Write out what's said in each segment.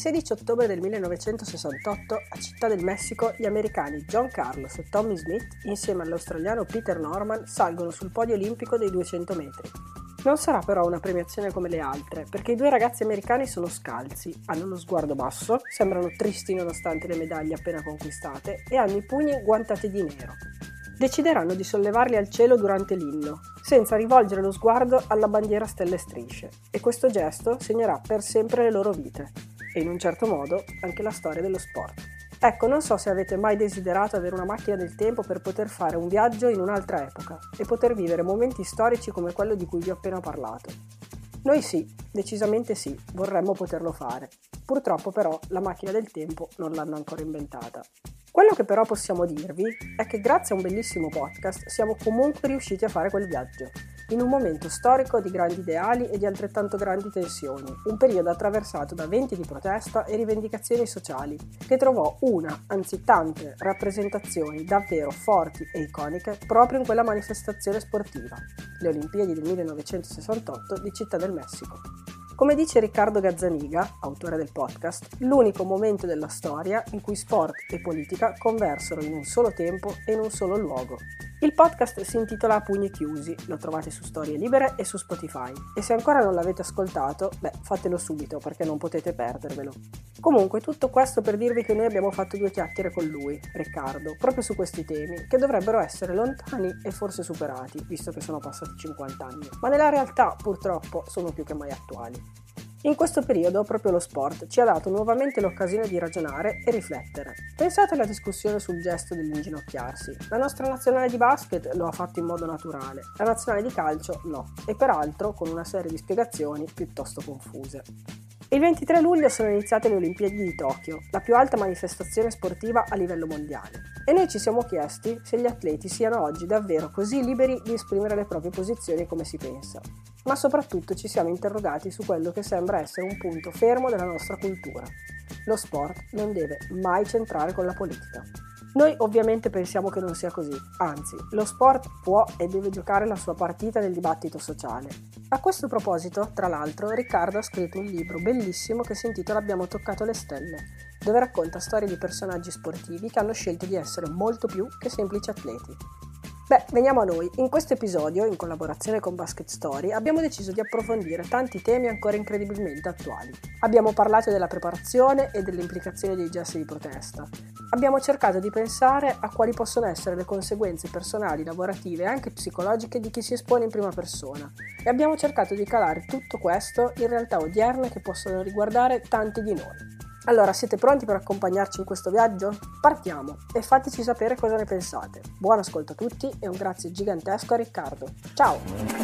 16 ottobre del 1968, a Città del Messico, gli americani John Carlos e Tommy Smith, insieme all'australiano Peter Norman, salgono sul podio olimpico dei 200 metri. Non sarà però una premiazione come le altre, perché i due ragazzi americani sono scalzi, hanno lo sguardo basso, sembrano tristi nonostante le medaglie appena conquistate e hanno i pugni guantati di nero. Decideranno di sollevarli al cielo durante l'inno, senza rivolgere lo sguardo alla bandiera stelle e strisce, e questo gesto segnerà per sempre le loro vite, e in un certo modo anche la storia dello sport. Ecco, non so se avete mai desiderato avere una macchina del tempo per poter fare un viaggio in un'altra epoca e poter vivere momenti storici come quello di cui vi ho appena parlato. Noi sì, decisamente sì, vorremmo poterlo fare. Purtroppo però la macchina del tempo non l'hanno ancora inventata. Quello che però possiamo dirvi è che grazie a un bellissimo podcast siamo comunque riusciti a fare quel viaggio, in un momento storico di grandi ideali e di altrettanto grandi tensioni, un periodo attraversato da venti di protesta e rivendicazioni sociali, che trovò una, anzi tante, rappresentazioni davvero forti e iconiche proprio in quella manifestazione sportiva, le Olimpiadi del 1968 di Città del Messico. Come dice Riccardo Gazzaniga, autore del podcast, l'unico momento della storia in cui sport e politica conversero in un solo tempo e in un solo luogo. Il podcast si intitola A pugni chiusi, lo trovate su Storie Libere e su Spotify, e se ancora non l'avete ascoltato, fatelo subito perché non potete perdervelo. Comunque tutto questo per dirvi che noi abbiamo fatto due chiacchiere con lui, Riccardo, proprio su questi temi, che dovrebbero essere lontani e forse superati, visto che sono passati 50 anni, ma nella realtà purtroppo sono più che mai attuali. In questo periodo proprio lo sport ci ha dato nuovamente l'occasione di ragionare e riflettere. Pensate alla discussione sul gesto dell'inginocchiarsi. La nostra nazionale di basket lo ha fatto in modo naturale, la nazionale di calcio no, e peraltro con una serie di spiegazioni piuttosto confuse. Il 23 luglio sono iniziate le Olimpiadi di Tokyo, la più alta manifestazione sportiva a livello mondiale. E noi ci siamo chiesti se gli atleti siano oggi davvero così liberi di esprimere le proprie posizioni come si pensa. Ma soprattutto ci siamo interrogati su quello che sembra essere un punto fermo della nostra cultura. Lo sport non deve mai centrare con la politica. Noi ovviamente pensiamo che non sia così, anzi, lo sport può e deve giocare la sua partita nel dibattito sociale. A questo proposito, tra l'altro, Riccardo ha scritto un libro bellissimo che si intitola Abbiamo toccato le stelle, dove racconta storie di personaggi sportivi che hanno scelto di essere molto più che semplici atleti. Veniamo a noi. In questo episodio, in collaborazione con Basket Story, abbiamo deciso di approfondire tanti temi ancora incredibilmente attuali. Abbiamo parlato della preparazione e delle implicazioni dei gesti di protesta. Abbiamo cercato di pensare a quali possono essere le conseguenze personali, lavorative e anche psicologiche di chi si espone in prima persona. E abbiamo cercato di calare tutto questo in realtà odierne che possono riguardare tanti di noi. Allora, siete pronti per accompagnarci in questo viaggio? Partiamo e fateci sapere cosa ne pensate. Buon ascolto a tutti e un grazie gigantesco a Riccardo. Ciao!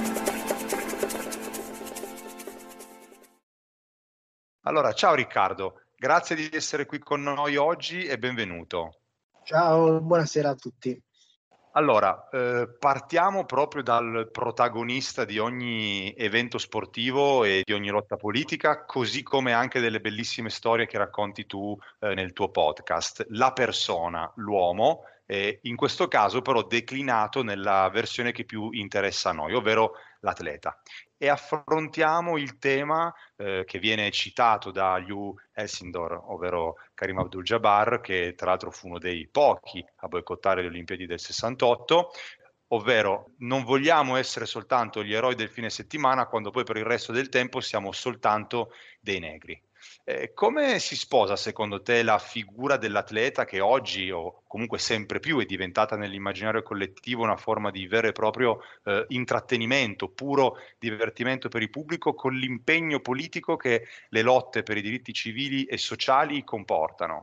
Allora, ciao Riccardo, grazie di essere qui con noi oggi e benvenuto. Ciao, buonasera a tutti. Allora, partiamo proprio dal protagonista di ogni evento sportivo e di ogni lotta politica, così come anche delle bellissime storie che racconti tu nel tuo podcast. La persona, l'uomo, in questo caso però declinato nella versione che più interessa a noi, ovvero l'atleta. E affrontiamo il tema che viene citato da Lew Elsindor, ovvero Karim Abdul-Jabbar, che tra l'altro fu uno dei pochi a boicottare le Olimpiadi del 68, ovvero non vogliamo essere soltanto gli eroi del fine settimana quando poi per il resto del tempo siamo soltanto dei negri. Come si sposa secondo te la figura dell'atleta che oggi o comunque sempre più è diventata nell'immaginario collettivo una forma di vero e proprio intrattenimento, puro divertimento per il pubblico, con l'impegno politico che le lotte per i diritti civili e sociali comportano?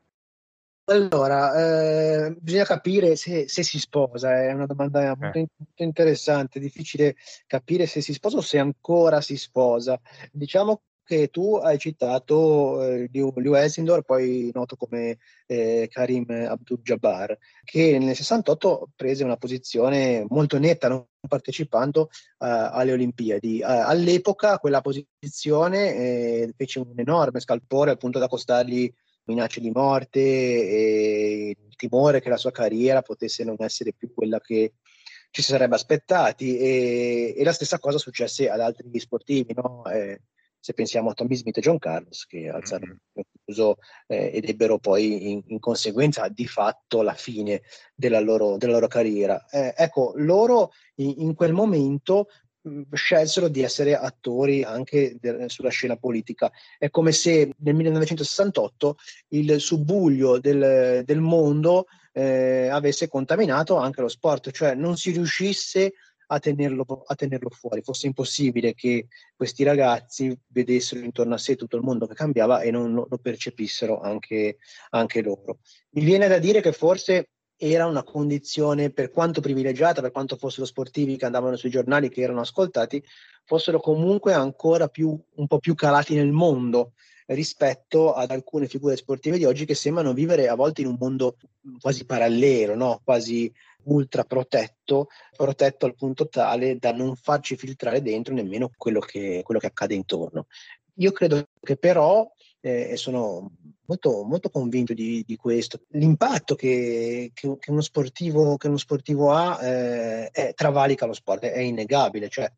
Allora, bisogna capire se si sposa, è una domanda molto interessante, difficile capire se si sposa o se ancora si sposa. Diciamo che tu hai citato Lew Elsindor, poi noto come Karim Abdul-Jabbar, che nel 68 prese una posizione molto netta, non partecipando alle Olimpiadi. All'epoca quella posizione fece un enorme scalpore al punto da costargli minacce di morte e il timore che la sua carriera potesse non essere più quella che ci si sarebbe aspettati, e la stessa cosa successe ad altri sportivi, no? se pensiamo a Tommy Smith e John Carlos, che alzarono il chiuso ed ebbero poi in conseguenza di fatto la fine della loro carriera. Ecco, loro in quel momento scelsero di essere attori anche sulla scena politica. È come se nel 1968 il subbuglio del mondo avesse contaminato anche lo sport, cioè non si riuscisse a tenerlo fuori. Fosse impossibile che questi ragazzi vedessero intorno a sé tutto il mondo che cambiava e non lo percepissero anche loro. Mi viene da dire che forse era una condizione, per quanto privilegiata, per quanto fossero sportivi che andavano sui giornali, che erano ascoltati, fossero comunque ancora un po' più calati nel mondo rispetto ad alcune figure sportive di oggi che sembrano vivere a volte in un mondo quasi parallelo, no? Quasi ultra protetto al punto tale da non farci filtrare dentro nemmeno quello che accade intorno. Io credo che però, e sono molto, molto convinto di questo, l'impatto che uno sportivo ha travalica lo sport, è innegabile, cioè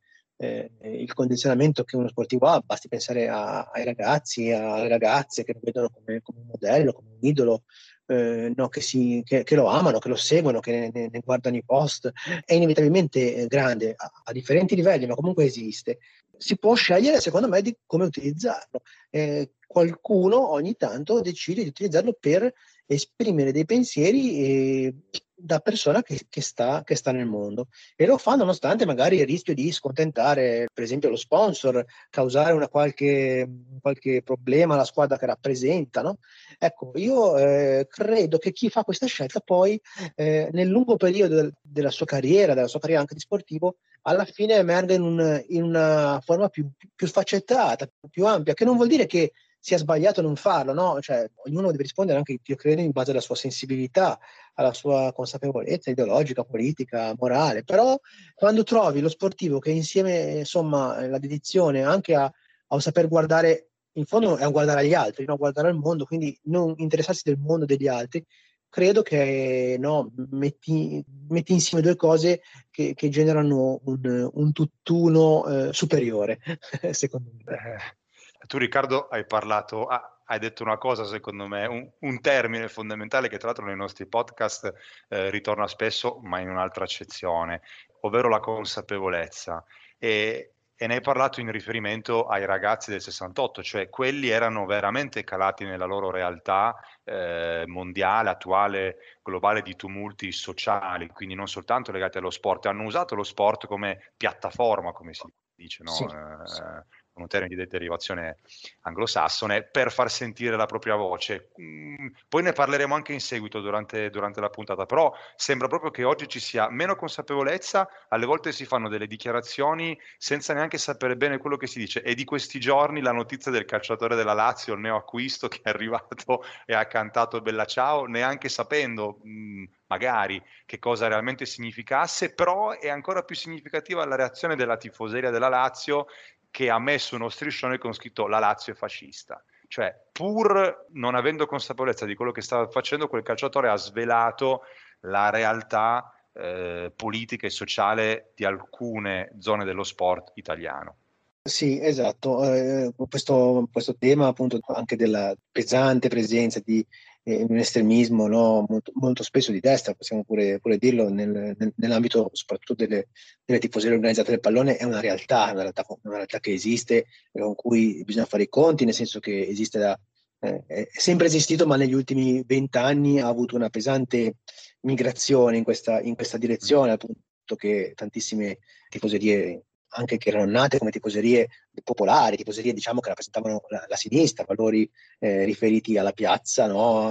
il condizionamento che uno sportivo ha, basti pensare ai ragazzi, alle ragazze che lo vedono come un modello, come un idolo, no, che lo amano, che lo seguono, che ne guardano i post, è inevitabilmente grande, a differenti livelli, ma comunque esiste. Si può scegliere, secondo me, di come utilizzarlo. Qualcuno ogni tanto decide di utilizzarlo per esprimere dei pensieri da persona che sta nel mondo, e lo fa nonostante magari il rischio di scontentare per esempio lo sponsor, causare qualche problema alla squadra che rappresenta, no? Ecco, io credo che chi fa questa scelta poi nel lungo periodo della sua carriera anche di sportivo, alla fine emerge in una forma più sfaccettata, più ampia, che non vuol dire che sia sbagliato non farlo, no? Cioè, ognuno deve rispondere anche, io credo, in base alla sua sensibilità, alla sua consapevolezza ideologica, politica, morale. Però quando trovi lo sportivo che insieme, insomma, la dedizione anche a saper guardare, in fondo è un guardare agli altri, no? Guardare al mondo, quindi non interessarsi del mondo degli altri, credo che no, metti insieme due cose che generano un tutt'uno superiore, secondo me. Tu Riccardo hai detto una cosa secondo me, un termine fondamentale che tra l'altro nei nostri podcast ritorna spesso ma in un'altra accezione, ovvero la consapevolezza. E ne hai parlato in riferimento ai ragazzi del 68, cioè quelli erano veramente calati nella loro realtà mondiale, attuale, globale, di tumulti sociali, quindi non soltanto legati allo sport, hanno usato lo sport come piattaforma, come si dice, no? Sì. Un termine di derivazione anglosassone, per far sentire la propria voce. Poi ne parleremo anche in seguito durante la puntata, però sembra proprio che oggi ci sia meno consapevolezza, alle volte si fanno delle dichiarazioni senza neanche sapere bene quello che si dice, e di questi giorni la notizia del calciatore della Lazio, il neoacquisto, che è arrivato e ha cantato Bella Ciao, neanche sapendo magari che cosa realmente significasse, però è ancora più significativa la reazione della tifoseria della Lazio, che ha messo uno striscione con scritto "La Lazio è fascista". Cioè, pur non avendo consapevolezza di quello che stava facendo, quel calciatore ha svelato la realtà politica e sociale di alcune zone dello sport italiano. Sì, esatto. Questo tema appunto anche della pesante presenza di un estremismo, no, molto, molto spesso di destra, possiamo pure dirlo, nell'ambito soprattutto delle tifoserie organizzate del pallone, è una realtà che esiste e con cui bisogna fare i conti, nel senso che esiste è sempre esistito, ma negli ultimi 20 anni ha avuto una pesante migrazione in questa direzione, appunto, che tantissime tifoserie, anche che erano nate come tifoserie popolari, tifoserie diciamo che rappresentavano la sinistra, valori riferiti alla piazza, no?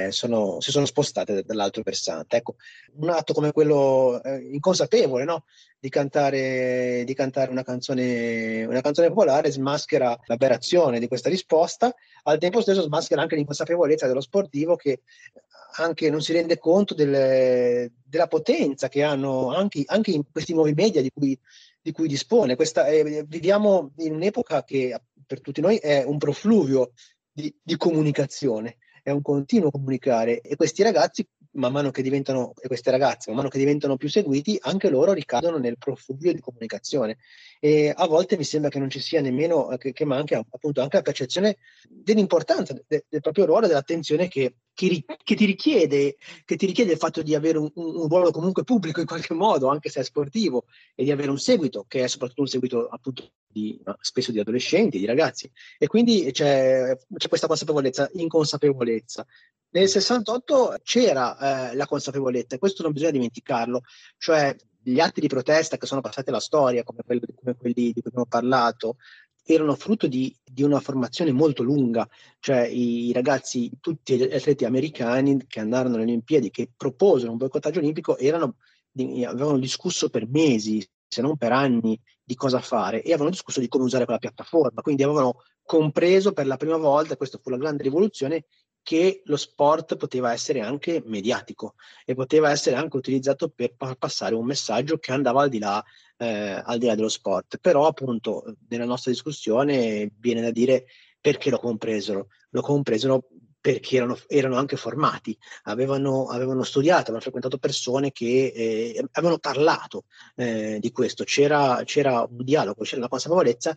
Si sono spostate dall'altro versante. Ecco, un atto come quello inconsapevole, no? Di cantare una canzone popolare smaschera l'aberrazione di questa risposta, al tempo stesso smaschera anche l'inconsapevolezza dello sportivo, che anche non si rende conto della potenza che hanno anche in questi nuovi media di cui dispone. Viviamo in un'epoca che per tutti noi è un profluvio di comunicazione, è un continuo comunicare, e questi ragazzi man mano che diventano, e queste ragazze, man mano che diventano più seguiti, anche loro ricadono nel profluvio di comunicazione. E a volte mi sembra che non ci sia nemmeno, che manchi appunto anche la percezione dell'importanza del proprio ruolo, dell'attenzione che ti richiede il fatto di avere un ruolo comunque pubblico in qualche modo, anche se è sportivo, e di avere un seguito, che è soprattutto un seguito appunto spesso di adolescenti, di ragazzi. E quindi c'è questa consapevolezza, inconsapevolezza. Nel 68 c'era la consapevolezza, e questo non bisogna dimenticarlo, cioè gli atti di protesta che sono passati alla storia, come quelli di cui abbiamo parlato, erano frutto di una formazione molto lunga, cioè i ragazzi, tutti gli atleti americani che andarono alle Olimpiadi, che proposero un boicottaggio olimpico, avevano discusso per mesi, se non per anni, di cosa fare, e avevano discusso di come usare quella piattaforma, quindi avevano compreso per la prima volta, questa fu la grande rivoluzione, che lo sport poteva essere anche mediatico e poteva essere anche utilizzato per passare un messaggio che andava al di là dello sport. Però appunto nella nostra discussione viene da dire perché lo compresero. Lo compresero perché erano anche formati, avevano studiato, avevano frequentato persone che avevano parlato di questo, c'era un dialogo, c'era una consapevolezza,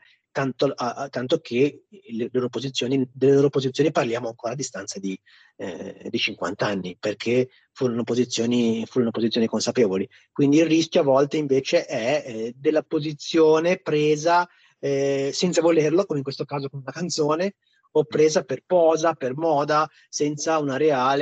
tanto che delle loro posizioni parliamo ancora a distanza di 50 anni, perché furono posizioni consapevoli. Quindi il rischio a volte invece è della posizione presa senza volerlo, come in questo caso con una canzone, o presa per posa, per moda, senza una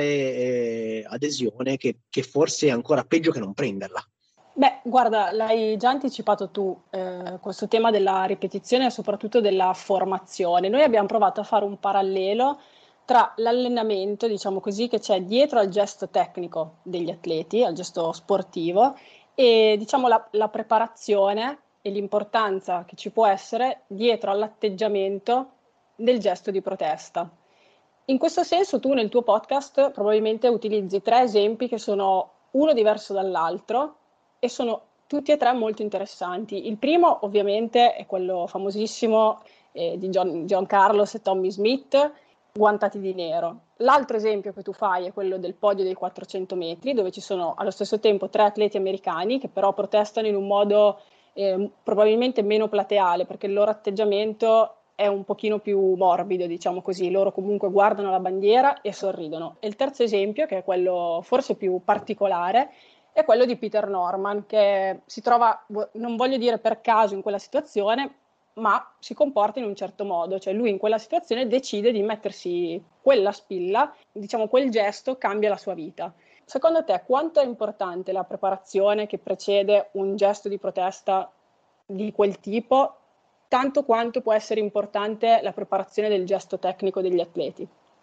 reale adesione, che forse è ancora peggio che non prenderla. Beh, guarda, l'hai già anticipato tu, questo tema della ripetizione e soprattutto della formazione. Noi abbiamo provato a fare un parallelo tra l'allenamento, diciamo così, che c'è dietro al gesto tecnico degli atleti, al gesto sportivo, e diciamo la preparazione e l'importanza che ci può essere dietro all'atteggiamento del gesto di protesta. In questo senso tu nel tuo podcast probabilmente utilizzi 3 esempi che sono uno diverso dall'altro e sono tutti e 3 molto interessanti. Il primo ovviamente è quello famosissimo di John Carlos e Tommy Smith, guantati di nero. L'altro esempio che tu fai è quello del podio dei 400 metri, dove ci sono allo stesso tempo 3 atleti americani che però protestano in un modo probabilmente meno plateale, perché il loro atteggiamento è un pochino più morbido, diciamo così. Loro comunque guardano la bandiera e sorridono. E il terzo esempio, che è quello forse più particolare, è quello di Peter Norman, che si trova, non voglio dire per caso, in quella situazione, ma si comporta in un certo modo, cioè lui in quella situazione decide di mettersi quella spilla, diciamo quel gesto cambia la sua vita. Secondo te quanto è importante la preparazione che precede un gesto di protesta di quel tipo, tanto quanto può essere importante la preparazione del gesto tecnico degli atleti?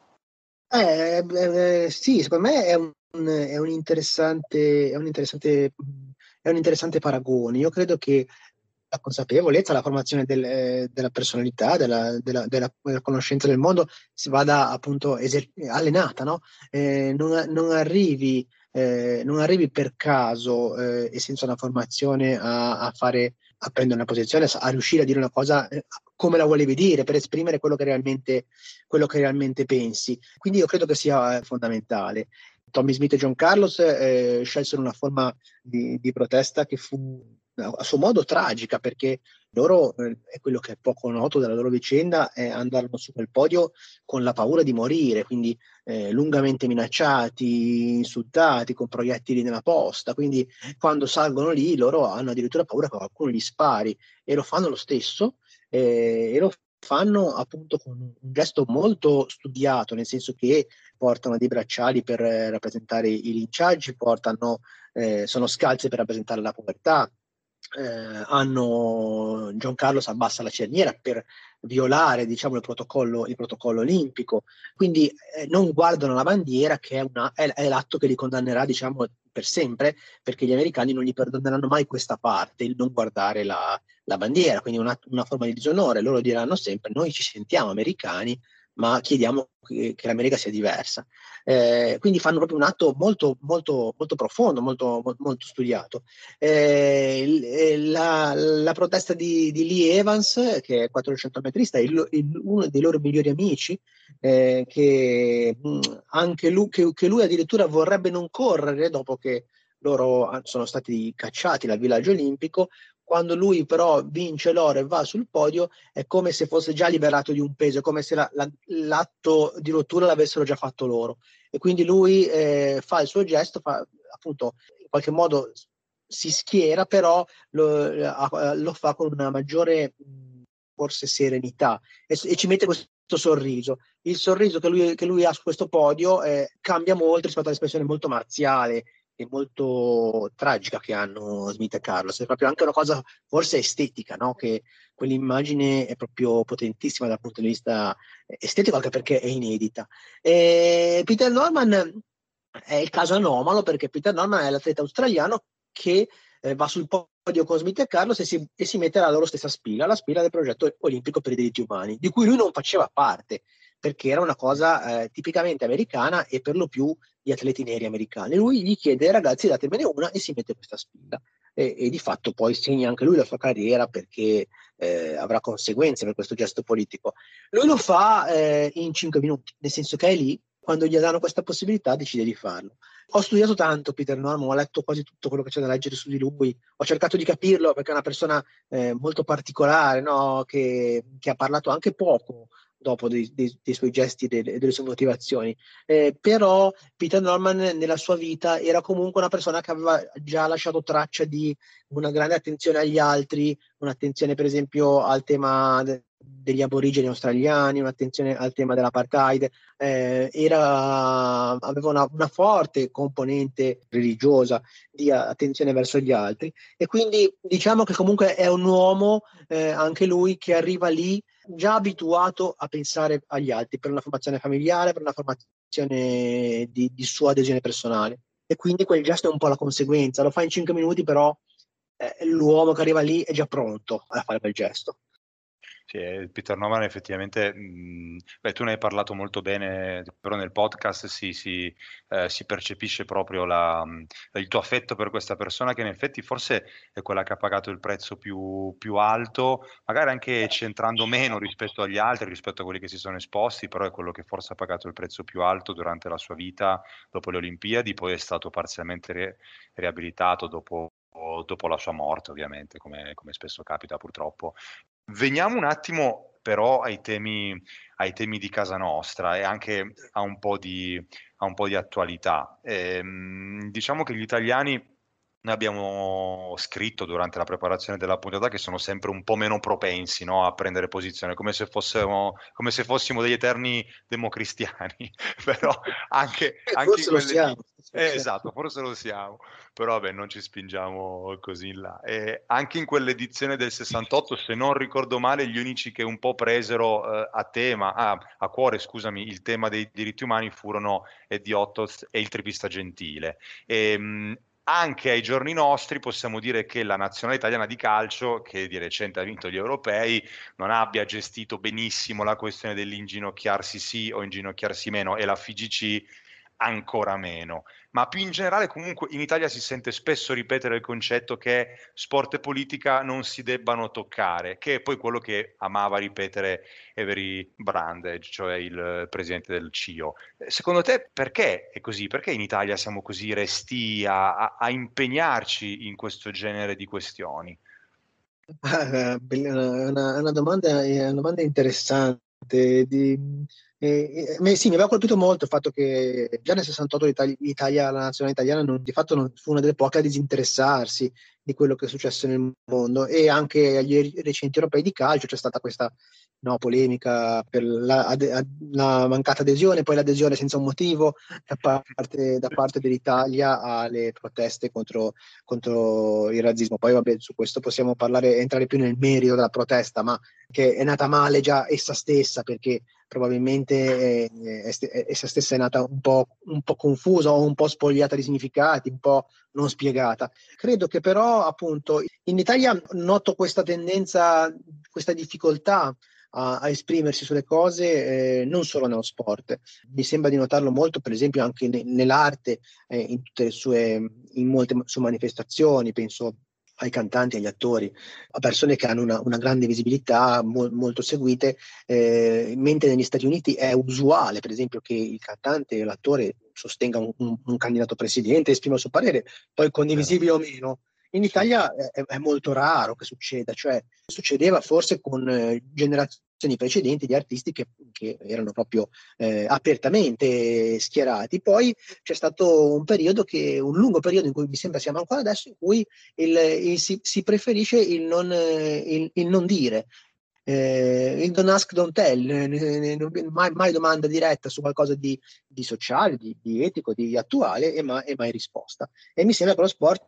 Sì, secondo me è un interessante paragone. Io credo che la consapevolezza, la formazione della personalità, della conoscenza del mondo si vada appunto allenata, no? Non arrivi per caso e senza una formazione a prendere una posizione, a riuscire a dire una cosa come la volevi dire, per esprimere quello che realmente pensi. Quindi io credo che sia fondamentale. Tommy Smith e John Carlos scelsero una forma di protesta che fu a suo modo tragica, perché loro, è quello che è poco noto della loro vicenda, andarono su quel podio con la paura di morire, quindi lungamente minacciati, insultati, con proiettili nella posta. Quindi quando salgono lì loro hanno addirittura paura che qualcuno gli spari, e lo fanno lo stesso, e lo fanno appunto con un gesto molto studiato, nel senso che portano dei bracciali per rappresentare i linciaggi, sono scalzi per rappresentare la povertà. John Carlos abbassa la cerniera per violare, diciamo, il protocollo olimpico. Quindi non guardano la bandiera, che è l'atto che li condannerà, diciamo, per sempre, perché gli americani non gli perdoneranno mai questa parte, il non guardare la bandiera, quindi una forma di disonore. Loro diranno sempre: noi ci sentiamo americani, ma chiediamo che l'America sia diversa. Quindi fanno proprio un atto molto, molto, molto profondo, molto, molto studiato. La protesta di Lee Evans, che è 400 metrista, è uno dei loro migliori amici, che anche lui, che lui addirittura vorrebbe non correre dopo che loro sono stati cacciati dal villaggio olimpico. Quando lui però vince l'oro e va sul podio, è come se fosse già liberato di un peso, è come se l'atto di rottura l'avessero già fatto loro. E quindi lui fa il suo gesto, appunto, in qualche modo si schiera, però lo fa con una maggiore, forse, serenità, e ci mette questo sorriso. Il sorriso che lui ha su questo podio cambia molto rispetto all'espressione molto marziale e molto tragica che hanno Smith e Carlos. È proprio anche una cosa forse estetica, no? Che quell'immagine è proprio potentissima dal punto di vista estetico, anche perché è inedita. E Peter Norman è il caso anomalo, perché Peter Norman è l'atleta australiano che va sul podio con Smith e Carlos e si mette alla loro stessa spilla, la spilla del progetto olimpico per i diritti umani, di cui lui non faceva parte, perché era una cosa tipicamente americana e per lo più di atleti neri americani. Lui gli chiede: ragazzi, datemene una, e si mette questa spilla. E di fatto poi segna anche lui la sua carriera, perché avrà conseguenze per questo gesto politico. Lui lo fa in 5 minuti, nel senso che è lì, quando gli danno questa possibilità decide di farlo. Ho studiato tanto Peter Norman, ho letto quasi tutto quello che c'è da leggere su di lui, ho cercato di capirlo perché è una persona molto particolare, no? che ha parlato anche poco dopo dei suoi gesti e delle sue motivazioni. Però Peter Norman nella sua vita era comunque una persona che aveva già lasciato traccia di una grande attenzione agli altri, un'attenzione per esempio al tema degli aborigeni australiani, un'attenzione al tema dell'apartheid, aveva una forte componente religiosa di attenzione verso gli altri, e quindi diciamo che comunque è un uomo, anche lui, che arriva lì già abituato a pensare agli altri, per una formazione familiare, per una formazione di sua adesione personale, e quindi quel gesto è un po' la conseguenza. Lo fa in 5 minuti, però l'uomo che arriva lì è già pronto a fare quel gesto. Sì, Peter Norman effettivamente, tu ne hai parlato molto bene, però nel podcast si percepisce proprio il tuo affetto per questa persona, che in effetti forse è quella che ha pagato il prezzo più alto, magari anche centrando meno rispetto agli altri, rispetto a quelli che si sono esposti, però è quello che forse ha pagato il prezzo più alto durante la sua vita dopo le Olimpiadi. Poi è stato parzialmente riabilitato dopo la sua morte, ovviamente, come spesso capita purtroppo. Veniamo un attimo però ai temi di casa nostra, e anche a un po' di attualità. Diciamo che gli italiani, ne abbiamo scritto durante la preparazione della puntata, che sono sempre un po' meno propensi, no, a prendere posizione, come se fossimo degli eterni democristiani. Però anche in Forse lo quelle... siamo. Esatto, forse lo siamo, però vabbè, non ci spingiamo così in là. E anche in quell'edizione del 68, se non ricordo male, gli unici che un po' presero a cuore, scusami, il tema dei diritti umani furono Eddie Ottoz e il tripista Gentile. Anche ai giorni nostri possiamo dire che la nazionale italiana di calcio, che di recente ha vinto gli europei, non abbia gestito benissimo la questione dell'inginocchiarsi sì o inginocchiarsi meno, e la FIGC ancora meno. Ma più in generale, comunque, in Italia si sente spesso ripetere il concetto che sport e politica non si debbano toccare, che è poi quello che amava ripetere Avery Brandage, cioè il presidente del CIO. Secondo te perché è così? Perché in Italia siamo così restii a impegnarci in questo genere di questioni? È una domanda interessante. Sì, mi aveva colpito molto il fatto che già nel 68 la nazionale italiana di fatto non fu una delle poche a disinteressarsi di quello che è successo nel mondo, e anche agli recenti europei di calcio c'è stata questa, no, polemica per la mancata adesione, poi l'adesione senza un motivo da parte dell'Italia alle proteste contro il razzismo. Poi vabbè, su questo possiamo entrare più nel merito della protesta, ma che è nata male già essa stessa, perché probabilmente essa stessa è nata un po' confusa, o un po' spogliata di significati, un po' non spiegata. Credo che però appunto in Italia noto questa tendenza, questa difficoltà a esprimersi sulle cose, non solo nello sport. Mi sembra di notarlo molto, per esempio, anche nell'arte, in tutte le sue, in molte sue manifestazioni. Penso ai cantanti, agli attori, a persone che hanno una grande visibilità, molto seguite, mentre negli Stati Uniti è usuale, per esempio, che il cantante e l'attore sostenga un candidato presidente, esprima il suo parere, poi condivisibile o meno. In Italia è molto raro che succeda, cioè succedeva forse con generazioni precedenti di artisti che erano proprio apertamente schierati. Poi c'è stato un lungo periodo in cui mi sembra siamo ancora adesso, in cui si preferisce il non dire. Il don't ask, don't tell, mai domanda diretta su qualcosa di sociale, di etico, di attuale, e mai risposta. E mi sembra che lo sport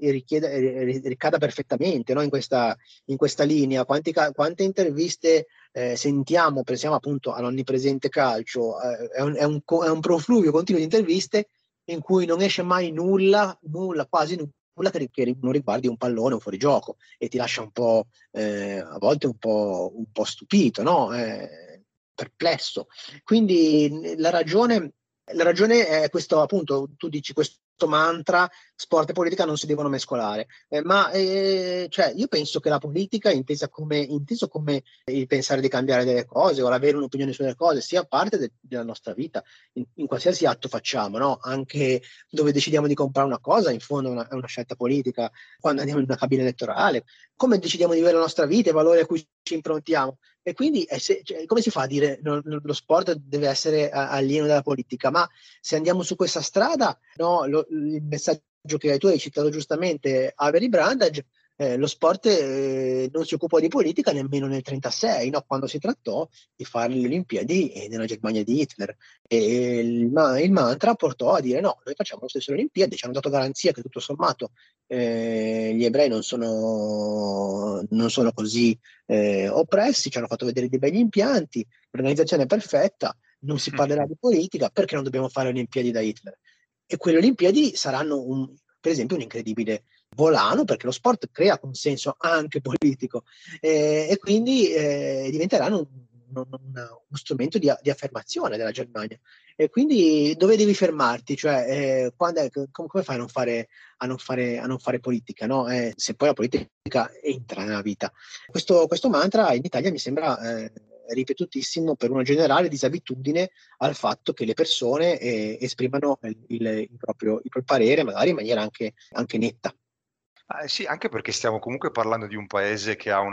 ricada perfettamente, no? In questa linea. Quante interviste sentiamo, pensiamo appunto all'onnipresente calcio, è un profluvio continuo di interviste in cui non esce mai nulla, quasi nulla che non riguardi un pallone o fuorigioco, e ti lascia un po', a volte un po' stupito, no? Perplesso. Quindi la ragione è questo, appunto, tu dici questo mantra: sport e politica non si devono mescolare, cioè, io penso che la politica, inteso come il pensare di cambiare delle cose o avere un'opinione sulle cose, sia parte della nostra vita, in qualsiasi atto facciamo, no? Anche dove decidiamo di comprare una cosa, in fondo è una scelta politica. Quando andiamo in una cabina elettorale, come decidiamo di vivere la nostra vita, i valori a cui ci improntiamo. E quindi cioè, come si fa a dire lo sport deve essere alieno dalla politica? Ma se andiamo su questa strada, no, il messaggio che tu hai citato giustamente, Avery Brandage, lo sport non si occupò di politica nemmeno nel 1936, no, quando si trattò di fare le Olimpiadi nella Germania di Hitler. E il mantra portò a dire: no, noi facciamo lo stesso le Olimpiadi, ci hanno dato garanzia che tutto sommato gli ebrei non sono così oppressi, ci hanno fatto vedere dei begli impianti, l'organizzazione è perfetta, non si parlerà di politica, perché non dobbiamo fare le Olimpiadi da Hitler? E quelle Olimpiadi saranno per esempio un incredibile volano, perché lo sport crea consenso anche politico, e quindi diventeranno uno strumento di affermazione della Germania. E quindi dove devi fermarti? Cioè, come fai a non fare politica, no? Se poi la politica entra nella vita. Questo mantra in Italia mi sembra ripetutissimo, per una generale disabitudine al fatto che le persone esprimano il proprio parere, magari in maniera anche netta. Sì, anche perché stiamo comunque parlando di un paese che ha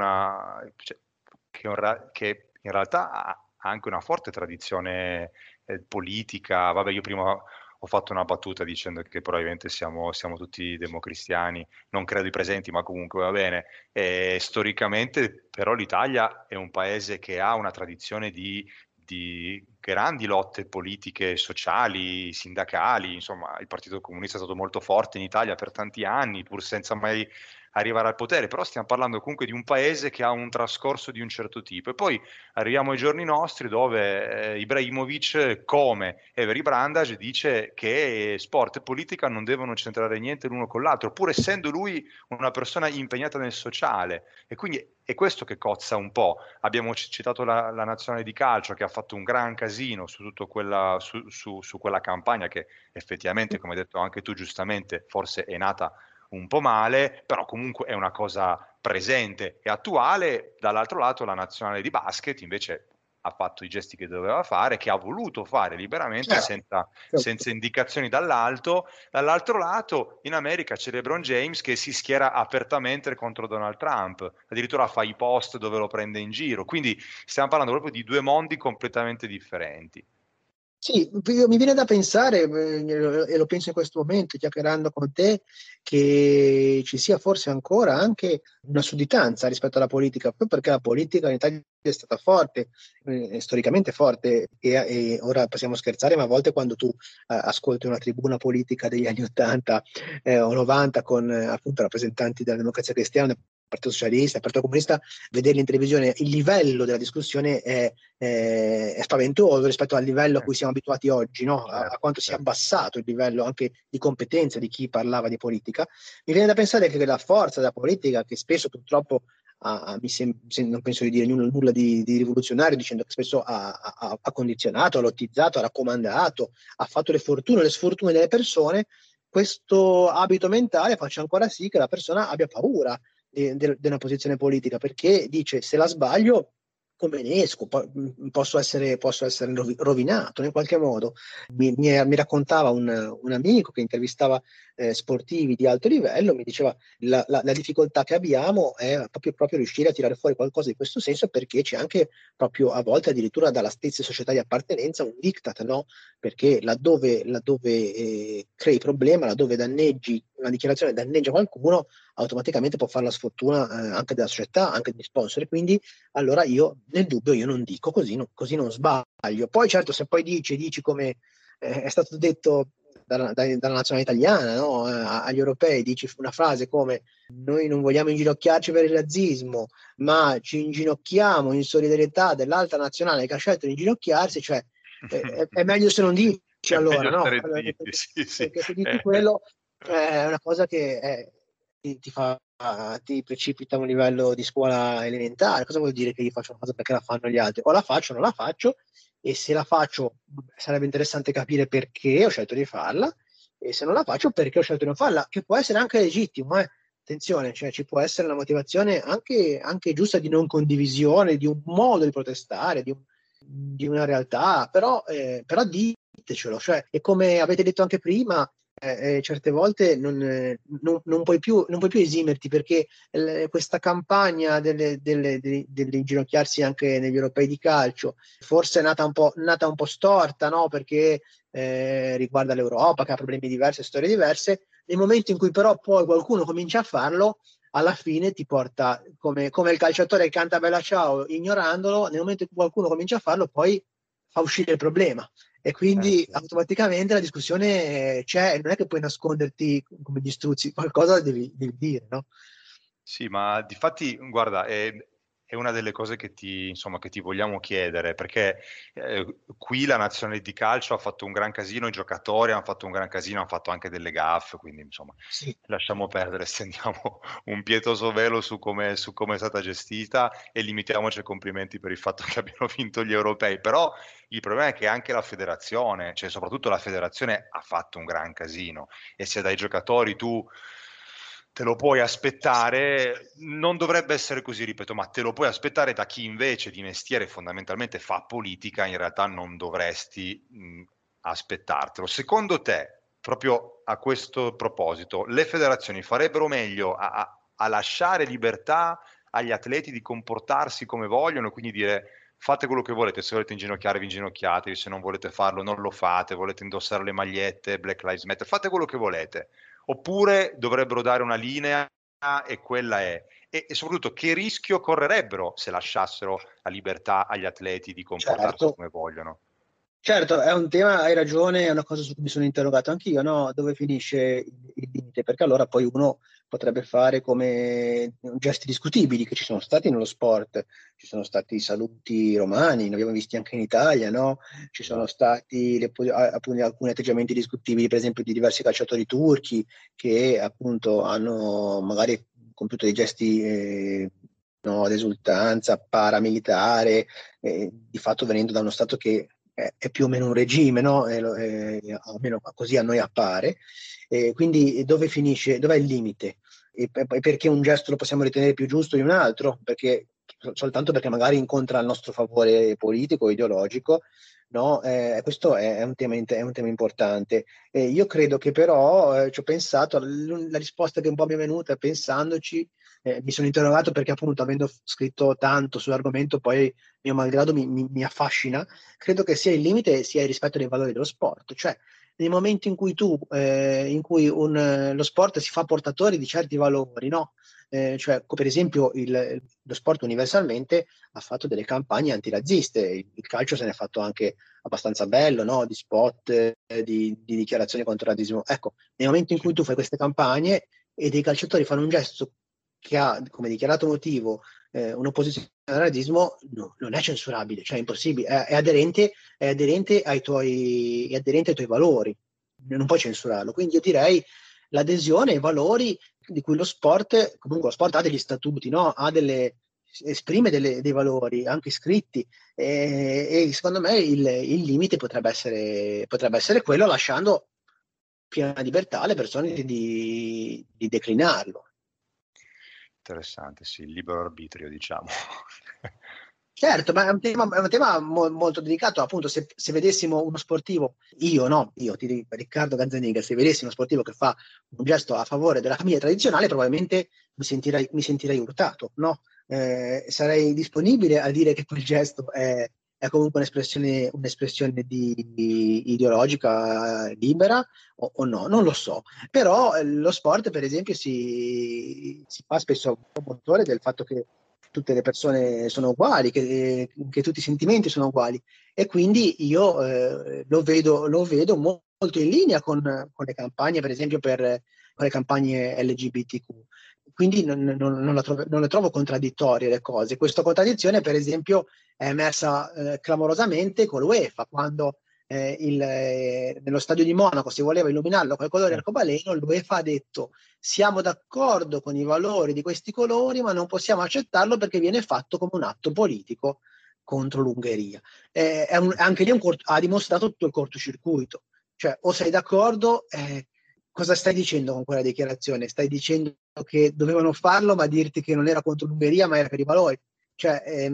che in realtà ha anche una forte tradizione politica. Vabbè, io prima ho fatto una battuta dicendo che probabilmente siamo tutti democristiani, non credo i presenti, ma comunque va bene. Storicamente, però, l'Italia è un paese che ha una tradizione di grandi lotte politiche, sociali, sindacali. Insomma, il Partito Comunista è stato molto forte in Italia per tanti anni, pur senza mai arrivare al potere. Però stiamo parlando comunque di un paese che ha un trascorso di un certo tipo. E poi arriviamo ai giorni nostri, dove Ibrahimovic, come Avery Brandage, dice che sport e politica non devono centrare niente l'uno con l'altro, pur essendo lui una persona impegnata nel sociale. E quindi è questo che cozza un po'. Abbiamo citato la nazionale di calcio, che ha fatto un gran casino su quella campagna, che effettivamente, come hai detto anche tu giustamente, forse è nata un po' male, però comunque è una cosa presente e attuale. Dall'altro lato la nazionale di basket invece ha fatto i gesti che doveva fare, che ha voluto fare liberamente, senza indicazioni dall'alto. Dall'altro lato, in America c'è LeBron James che si schiera apertamente contro Donald Trump, addirittura fa i post dove lo prende in giro. Quindi stiamo parlando proprio di due mondi completamente differenti. Sì, mi viene da pensare, e lo penso in questo momento, chiacchierando con te, che ci sia forse ancora anche una sudditanza rispetto alla politica, proprio perché la politica in Italia è stata forte, storicamente forte, e ora possiamo scherzare, ma a volte quando tu ascolti una tribuna politica degli anni 80 o 90 con appunto rappresentanti della Democrazia Cristiana, del Partito Socialista, del Partito Comunista, vederli in televisione, il livello della discussione è spaventoso rispetto al livello a cui siamo abituati oggi, no? A quanto sia abbassato il livello anche di competenza di chi parlava di politica. Mi viene da pensare che la forza della politica, che spesso purtroppo non penso di dire nulla di rivoluzionario, dicendo che spesso ha condizionato, ha lottizzato, ha raccomandato, ha fatto le fortune e le sfortune delle persone. Questo abito mentale faccia ancora sì che la persona abbia paura di una posizione politica, perché dice: se la sbaglio, come ne esco? Posso essere rovinato in qualche modo. Mi raccontava un amico che intervistava sportivi di alto livello, mi diceva la difficoltà che abbiamo è proprio riuscire a tirare fuori qualcosa di questo senso, perché c'è anche proprio a volte addirittura dalla stessa società di appartenenza un diktat, no? Perché laddove crei problema, laddove una dichiarazione danneggia qualcuno, automaticamente può fare la sfortuna anche della società, anche degli sponsor. Quindi allora io nel dubbio io non dico, così non sbaglio. Poi certo, se poi dici come è stato detto dalla nazionale italiana, no? Agli europei, dici una frase come: noi non vogliamo inginocchiarci per il razzismo, ma ci inginocchiamo in solidarietà dell'altra nazionale che ha scelto di inginocchiarsi, cioè è meglio se non dici, È allora, meglio no? stare Allora, zitti, sì. perché se dici quello è una cosa che ti precipita a un livello di scuola elementare. Cosa vuol dire che io faccio una cosa perché la fanno gli altri? O la faccio o non la faccio, e se la faccio sarebbe interessante capire perché ho scelto di farla, e se non la faccio perché ho scelto di non farla, che può essere anche legittimo, attenzione, cioè ci può essere una motivazione anche giusta di non condivisione, di un modo di protestare, di una realtà, però ditecelo, cioè, e come avete detto anche prima, certe volte non puoi più esimerti, perché questa campagna dell'inginocchiarsi anche negli europei di calcio forse è nata un po' storta, no? Perché riguarda l'Europa, che ha problemi diversi, storie diverse. Nel momento in cui però poi qualcuno comincia a farlo, alla fine ti porta, come il calciatore che canta Bella Ciao ignorandolo, nel momento in cui qualcuno comincia a farlo, poi fa uscire il problema. E quindi automaticamente la discussione c'è, non è che puoi nasconderti come gli struzzi, qualcosa devi dire, no? Sì, ma difatti, guarda, è una delle cose che ti vogliamo chiedere, perché qui la nazionale di calcio ha fatto un gran casino, i giocatori hanno fatto un gran casino, hanno fatto anche delle gaffe, quindi insomma Sì. lasciamo perdere, stendiamo un pietoso velo su come è stata gestita e limitiamoci ai complimenti per il fatto che abbiano vinto gli europei. Però il problema è che anche la federazione, cioè soprattutto la federazione, ha fatto un gran casino, e se dai giocatori tu te lo puoi aspettare, non dovrebbe essere così, ripeto, ma te lo puoi aspettare da chi invece di mestiere fondamentalmente fa politica, in realtà non dovresti aspettartelo. Secondo te, proprio a questo proposito, le federazioni farebbero meglio a lasciare libertà agli atleti di comportarsi come vogliono, quindi dire: fate quello che volete, se volete inginocchiare vi inginocchiatevi, se non volete farlo non lo fate, volete indossare le magliette Black Lives Matter, fate quello che volete? Oppure dovrebbero dare una linea e quella è? E soprattutto, che rischio correrebbero se lasciassero la libertà agli atleti di comportarsi Certo. come vogliono? Certo, è un tema, hai ragione, è una cosa su cui mi sono interrogato anch'io, no? Dove finisce il limite? Perché allora poi uno potrebbe fare come gesti discutibili che ci sono stati nello sport. Ci sono stati i saluti romani, ne abbiamo visti anche in Italia, no? Ci sono stati appunto alcuni atteggiamenti discutibili, per esempio di diversi calciatori turchi che appunto hanno magari compiuto dei gesti no, d'esultanza paramilitare, di fatto venendo da uno stato che è più o meno un regime, no? Almeno così a noi appare. Quindi dove finisce, dov'è il limite? E perché un gesto lo possiamo ritenere più giusto di un altro? Perché soltanto perché magari incontra il nostro favore politico o ideologico, no? Questo è un tema importante. Io credo che però ci ho pensato, la risposta che un po' mi è venuta pensandoci, mi sono interrogato perché appunto avendo scritto tanto sull'argomento, poi mio malgrado mi affascina. Credo che sia il limite sia il rispetto dei valori dello sport, cioè nel momento in cui lo sport si fa portatore di certi valori, no? Cioè, per esempio lo sport universalmente ha fatto delle campagne antirazziste, il calcio se ne è fatto anche abbastanza bello, no? Di spot, di dichiarazioni contro il razzismo. Ecco, nel momento in cui tu fai queste campagne e dei calciatori fanno un gesto che ha come dichiarato motivo un'opposizione al razzismo, no, non è censurabile, cioè è impossibile, è aderente ai tuoi valori, non puoi censurarlo. Quindi io direi l'adesione ai valori lo sport, comunque lo sport ha degli statuti, no? Esprime dei valori anche scritti, e secondo me il limite potrebbe essere quello, lasciando piena libertà alle persone di declinarlo. Interessante, sì, il libero arbitrio, diciamo. Certo, ma è un tema molto delicato. Appunto, se vedessimo uno sportivo, io ti dico, Riccardo Gazzaniga, se vedessi uno sportivo che fa un gesto a favore della famiglia tradizionale, probabilmente mi sentirei urtato, no? Sarei disponibile a dire che quel gesto è comunque un'espressione ideologica libera o no, non lo so. Però lo sport, per esempio, si fa spesso promotore del fatto che tutte le persone sono uguali, che tutti i sentimenti sono uguali, e quindi io lo vedo molto in linea con le campagne, per esempio con le campagne LGBTQ. Quindi non le trovo contraddittorie le cose. Questa contraddizione, per esempio, è emersa clamorosamente con l'UEFA, quando nello stadio di Monaco si voleva illuminarlo con i colori arcobaleno. L'UEFA ha detto: siamo d'accordo con i valori di questi colori, ma non possiamo accettarlo perché viene fatto come un atto politico contro l'Ungheria. Anche lì ha dimostrato tutto il cortocircuito. Cioè, o sei d'accordo, cosa stai dicendo con quella dichiarazione? Stai dicendo che dovevano farlo, ma dirti che non era contro l'Ungheria, ma era per i valori. Cioè,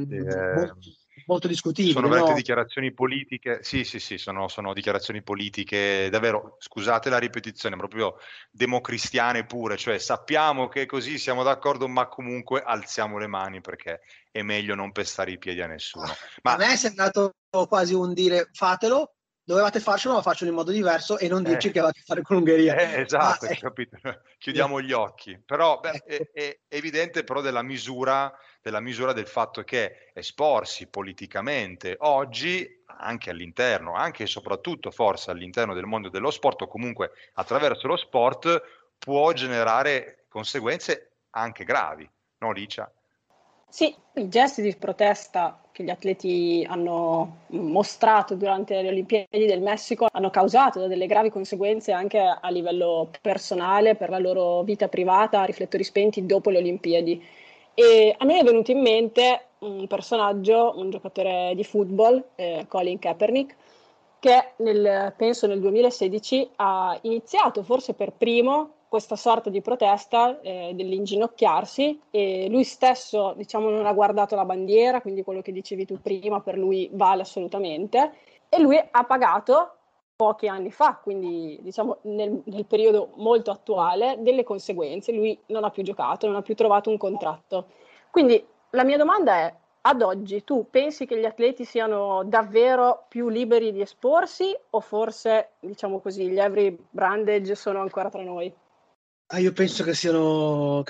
molto discutibile. Sono veramente no? dichiarazioni politiche, sì, sono dichiarazioni politiche, davvero, scusate la ripetizione, proprio democristiane pure, cioè sappiamo che così siamo d'accordo, ma comunque alziamo le mani perché è meglio non pestare i piedi a nessuno. A me è sembrato quasi un dire: fatelo, dovevate farcelo, ma faccialo in modo diverso e non dirci che avete a fare con l'Ungheria. Esatto, capito? Chiudiamo gli occhi. Però è evidente però della misura del fatto che esporsi politicamente oggi, anche all'interno, anche e soprattutto forse all'interno del mondo dello sport, o comunque attraverso lo sport, può generare conseguenze anche gravi, no Licia? Sì, i gesti di protesta che gli atleti hanno mostrato durante le Olimpiadi del Messico hanno causato delle gravi conseguenze anche a livello personale, per la loro vita privata, a riflettori spenti dopo le Olimpiadi. E a me è venuto in mente un personaggio, un giocatore di football, Colin Kaepernick, che penso nel 2016 ha iniziato forse per primo questa sorta di protesta dell'inginocchiarsi, e lui stesso, diciamo, non ha guardato la bandiera, quindi quello che dicevi tu prima per lui vale assolutamente, e lui ha pagato pochi anni fa, quindi diciamo nel periodo molto attuale, delle conseguenze. Lui non ha più giocato, non ha più trovato un contratto. Quindi la mia domanda è: ad oggi tu pensi che gli atleti siano davvero più liberi di esporsi, o forse, diciamo così, gli every brandage sono ancora tra noi? Io penso che siano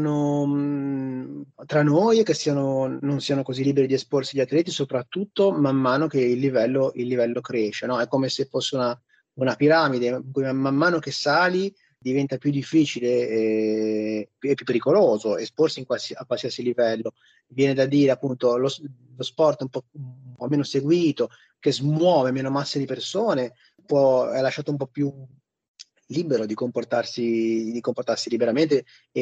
tra noi, e che non siano così liberi di esporsi gli atleti, soprattutto man mano che il livello cresce, no? È come se fosse una piramide, in cui man mano che sali diventa più difficile e più pericoloso esporsi a qualsiasi livello. Viene da dire, appunto, lo sport un po' meno seguito, che smuove meno masse di persone, è lasciato un po' più libero di comportarsi liberamente,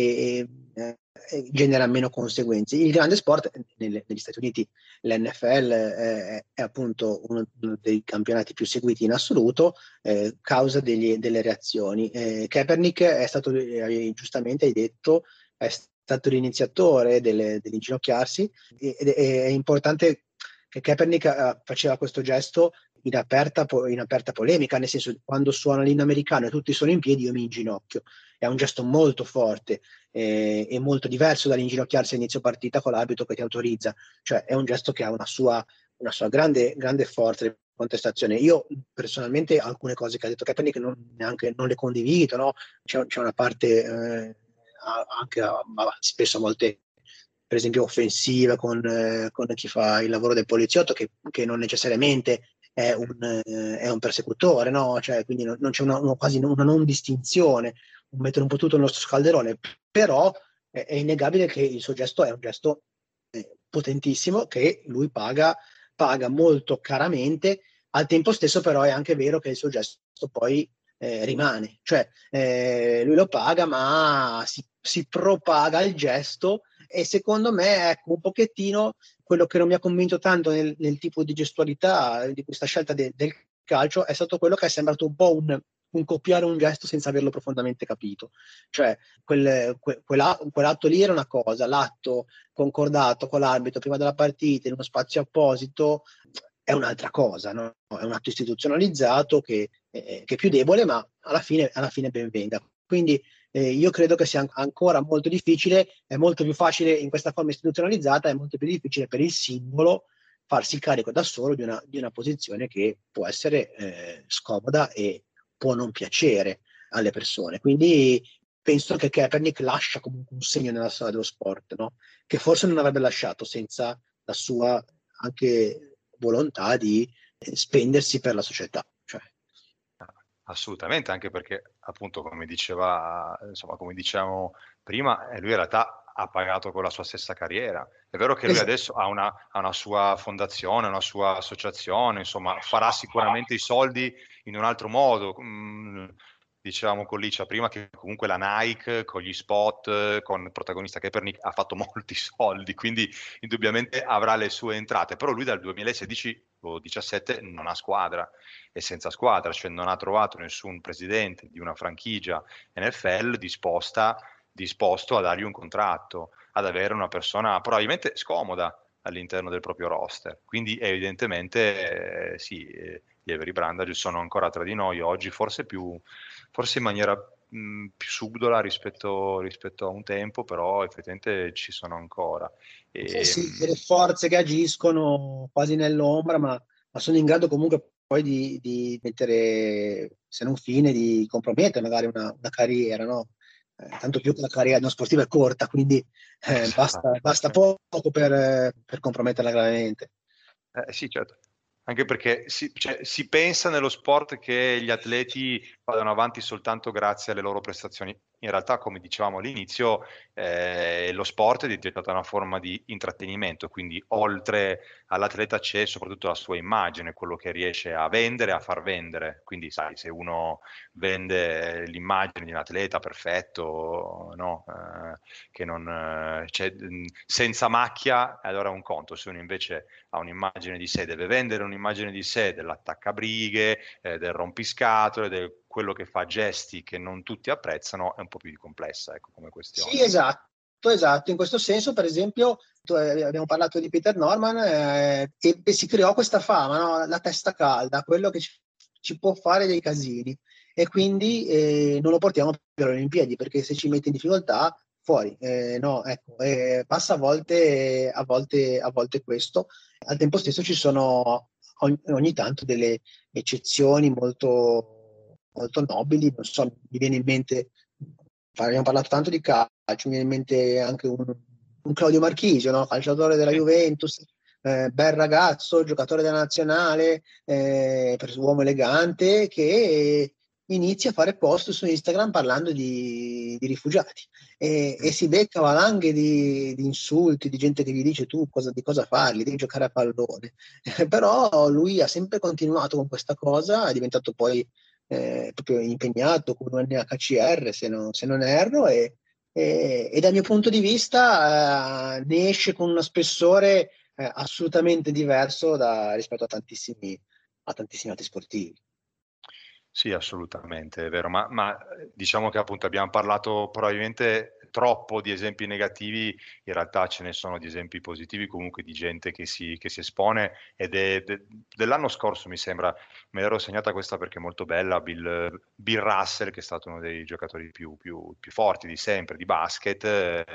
e genera meno conseguenze. Il grande sport negli Stati Uniti, l'NFL, è appunto uno dei campionati più seguiti in assoluto, causa delle reazioni. Kaepernick è stato, giustamente hai detto, è stato l'iniziatore dell'inginocchiarsi, ed è importante che Kaepernick faceva questo gesto in aperta polemica, nel senso: quando suona l'inno americano e tutti sono in piedi, io mi inginocchio. È un gesto molto forte e molto diverso dall'inginocchiarsi a inizio partita con l'arbitro che ti autorizza. Cioè è un gesto che ha una sua grande, grande forza di contestazione. Io personalmente alcune cose che ha detto Kaepernick non le condivido, no? C'è una parte anche spesso molte, per esempio, offensiva con chi fa il lavoro del poliziotto, che non necessariamente è un persecutore, no? Cioè, quindi non c'è quasi una non distinzione, un mettere un po' tutto il nostro scalderone. Però è innegabile che il suo gesto è un gesto potentissimo, che lui paga molto caramente. Al tempo stesso però è anche vero che il suo gesto poi rimane, cioè lui lo paga, ma si propaga il gesto, e secondo me, ecco, un pochettino quello che non mi ha convinto tanto nel tipo di gestualità di questa scelta del calcio è stato quello che è sembrato un po' un copiare un gesto senza averlo profondamente capito. Cioè, quell'atto lì era una cosa, l'atto concordato con l'arbitro prima della partita in uno spazio apposito è un'altra cosa, no? È un atto istituzionalizzato che è più debole, ma alla fine ben venga. Quindi io credo che sia ancora molto difficile, è molto più facile in questa forma istituzionalizzata, è molto più difficile per il singolo farsi carico da solo di una posizione che può essere scomoda e può non piacere alle persone. Quindi penso che Kaepernick lascia comunque un segno nella storia dello sport, no? Che forse non avrebbe lasciato senza la sua anche volontà di spendersi per la società. Cioè. Assolutamente, anche perché appunto come dicevamo prima, lui in realtà ha pagato con la sua stessa carriera. È vero che lui Esatto. adesso ha una sua fondazione, una sua associazione, insomma, farà sicuramente i soldi in un altro modo. Dicevamo con Licia prima che comunque la Nike con gli spot, con il protagonista Kaepernick ha fatto molti soldi, quindi indubbiamente avrà le sue entrate, però lui dal 2016 o 17 non ha squadra, è senza squadra, cioè non ha trovato nessun presidente di una franchigia NFL disposto a dargli un contratto, ad avere una persona probabilmente scomoda all'interno del proprio roster. Quindi evidentemente sì, gli Avery Brandage sono ancora tra di noi oggi, forse in maniera più subdola rispetto a un tempo, però effettivamente ci sono ancora. Sì, delle forze che agiscono quasi nell'ombra, ma sono in grado comunque poi di mettere, se non fine, di compromettere magari una carriera, no? Tanto più che la carriera non sportiva è corta, quindi basta poco per comprometterla gravemente. Sì, certo. Anche perché si pensa nello sport che gli atleti vadano avanti soltanto grazie alle loro prestazioni. In realtà, come dicevamo all'inizio, lo sport è diventata una forma di intrattenimento, quindi oltre all'atleta c'è soprattutto la sua immagine, quello che riesce a vendere, a far vendere. Quindi, sai, se uno vende l'immagine di un atleta perfetto, no? Che non, senza macchia, allora è un conto. Se uno invece ha un'immagine di sé, deve vendere un'immagine di sé dell'attaccabrighe, del rompiscatole, del quello che fa gesti che non tutti apprezzano, è un po' più complessa, ecco, come Sì, questione. esatto. In questo senso, per esempio, abbiamo parlato di Peter Norman e si creò questa fama, no? La testa calda, quello che ci può fare dei casini. E quindi non lo portiamo più alle Olimpiadi, perché se ci mette in difficoltà, fuori. No, ecco, passa a volte questo. Al tempo stesso ci sono ogni tanto delle eccezioni molto, molto nobili. Non so, mi viene in mente, abbiamo parlato tanto di calcio, mi viene in mente anche un Claudio Marchisio, no? Calciatore della Juventus, bel ragazzo, giocatore della nazionale, uomo elegante, che inizia a fare post su Instagram parlando di rifugiati e si becca valanghe di insulti, di gente che gli dice tu di cosa parli, devi giocare a pallone. Però lui ha sempre continuato con questa cosa, è diventato poi proprio impegnato con un NHCR, se non erro, e dal mio punto di vista ne esce con uno spessore assolutamente diverso rispetto a tantissimi altri sportivi. Sì, assolutamente, è vero, ma diciamo che appunto abbiamo parlato probabilmente troppo di esempi negativi, in realtà ce ne sono di esempi positivi comunque di gente che si espone ed è dell'anno scorso mi sembra, me l'ero segnata questa perché è molto bella, Bill Russell che è stato uno dei giocatori più forti di sempre di basket,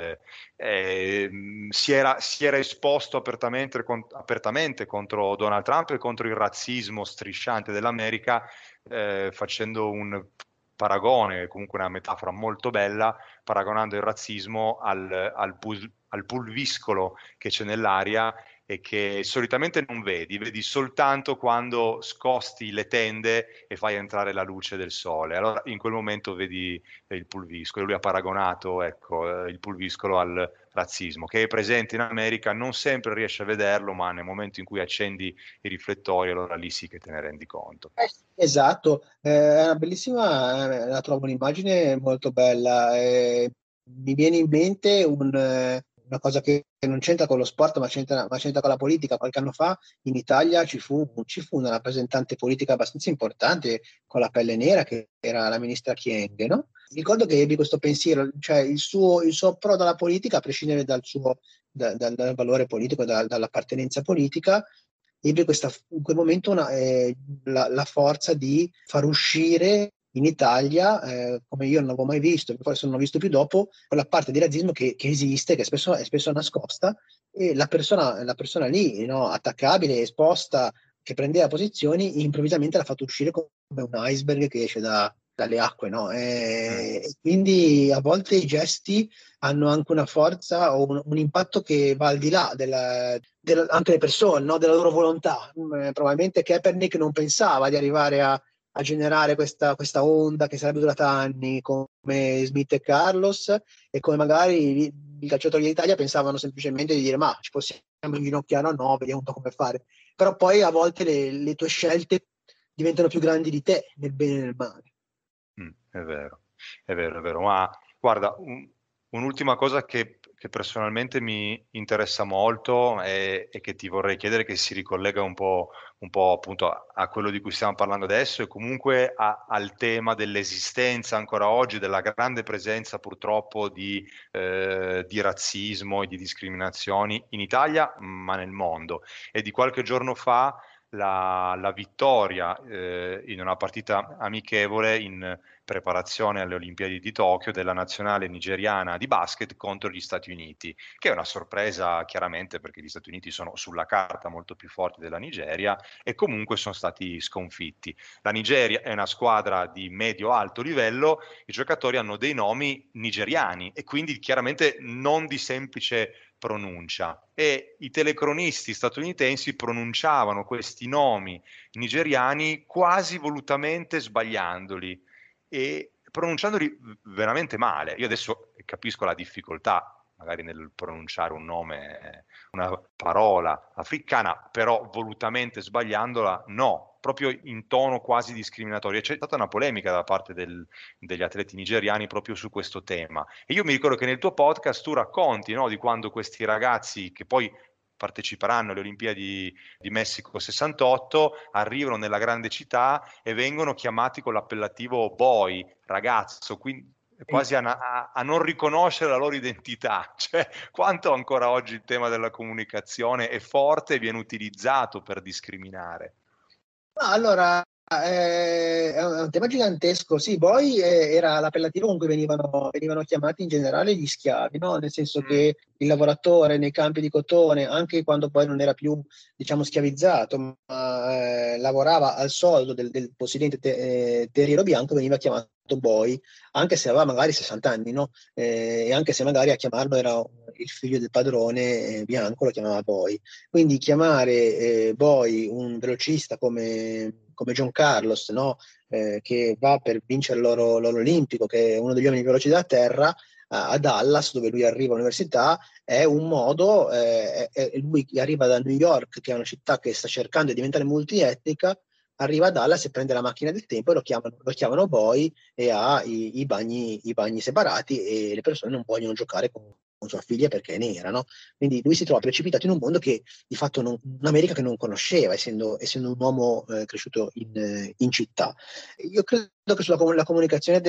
si era esposto apertamente contro Donald Trump e contro il razzismo strisciante dell'America, facendo un paragone, comunque una metafora molto bella, paragonando il razzismo al pulviscolo che c'è nell'aria e che solitamente non vedi soltanto quando scosti le tende e fai entrare la luce del sole. Allora in quel momento vedi il pulviscolo. Lui ha paragonato, ecco, il pulviscolo al razzismo, che è presente in America, non sempre riesci a vederlo, ma nel momento in cui accendi i riflettori, allora lì sì che te ne rendi conto. Esatto, è una bellissima, la trovo un'immagine molto bella. mi viene in mente una cosa che non c'entra con lo sport, ma c'entra con la politica. Qualche anno fa in Italia ci fu una rappresentante politica abbastanza importante con la pelle nera, che era la ministra Kyenge, no? Ricordo che ebbi questo pensiero, cioè il suo approdo alla politica, a prescindere dal valore politico, dall'appartenenza politica, ebbe in quel momento la forza di far uscire in Italia, come io non avevo mai visto, forse non ho visto più dopo, quella parte di razzismo che esiste, che è spesso nascosta, e la persona lì, no, attaccabile, esposta, che prendeva posizioni, improvvisamente l'ha fatto uscire come un iceberg che esce dalle acque, no? E quindi a volte i gesti hanno anche una forza o un impatto che va al di là anche le persone, no? Della loro volontà. Probabilmente Kaepernick non pensava di arrivare a generare questa onda che sarebbe durata anni, come Smith e Carlos, e come magari i calciatori d'Italia pensavano semplicemente di dire ma ci possiamo inginocchiare o no, vediamo un po' come fare. Però poi a volte le tue scelte diventano più grandi di te, nel bene e nel male. È vero, è vero, è vero. Ma guarda, un'ultima cosa che personalmente mi interessa molto e che ti vorrei chiedere, che si ricollega un po' appunto a quello di cui stiamo parlando adesso, e comunque al tema dell'esistenza ancora oggi, della grande presenza purtroppo di razzismo e di discriminazioni in Italia, ma nel mondo. E di qualche giorno fa la vittoria in una partita amichevole in preparazione alle Olimpiadi di Tokyo della nazionale nigeriana di basket contro gli Stati Uniti, che è una sorpresa chiaramente perché gli Stati Uniti sono sulla carta molto più forti della Nigeria e comunque sono stati sconfitti. La Nigeria è una squadra di medio-alto livello, i giocatori hanno dei nomi nigeriani e quindi chiaramente non di semplice pronuncia, e i telecronisti statunitensi pronunciavano questi nomi nigeriani quasi volutamente sbagliandoli e pronunciandoli veramente male. Io adesso capisco la difficoltà magari nel pronunciare un nome, una parola africana, però volutamente sbagliandola no, proprio in tono quasi discriminatorio. C'è stata una polemica da parte degli atleti nigeriani proprio su questo tema. E io mi ricordo che nel tuo podcast tu racconti, no, di quando questi ragazzi che poi parteciperanno alle Olimpiadi di Messico 68, arrivano nella grande città e vengono chiamati con l'appellativo boy, ragazzo, quindi quasi a non riconoscere la loro identità. Cioè, quanto ancora oggi il tema della comunicazione è forte e viene utilizzato per discriminare. Allora, è un tema gigantesco. Sì, boy era l'appellativo con cui venivano chiamati in generale gli schiavi, no? Nel senso che il lavoratore nei campi di cotone, anche quando poi non era più, diciamo, schiavizzato, ma lavorava al soldo del possidente terriero bianco, veniva chiamato boy, anche se aveva magari 60 anni, no? E anche se magari a chiamarlo era il figlio del padrone bianco, lo chiamava boy. Quindi chiamare boy un velocista come John Carlos, no? Che va per vincere l'oro olimpico, che è uno degli uomini più veloci della terra, a Dallas, dove lui arriva all'università, è un modo, lui che arriva da New York, che è una città che sta cercando di diventare multietnica, arriva a Dallas e prende la macchina del tempo e lo chiamano boy e ha i bagni separati e le persone non vogliono giocare con sua figlia perché è nera, no? Quindi lui si trova precipitato in un mondo che di fatto un'America che non conosceva, essendo un uomo cresciuto in città. Io credo che la comunicazione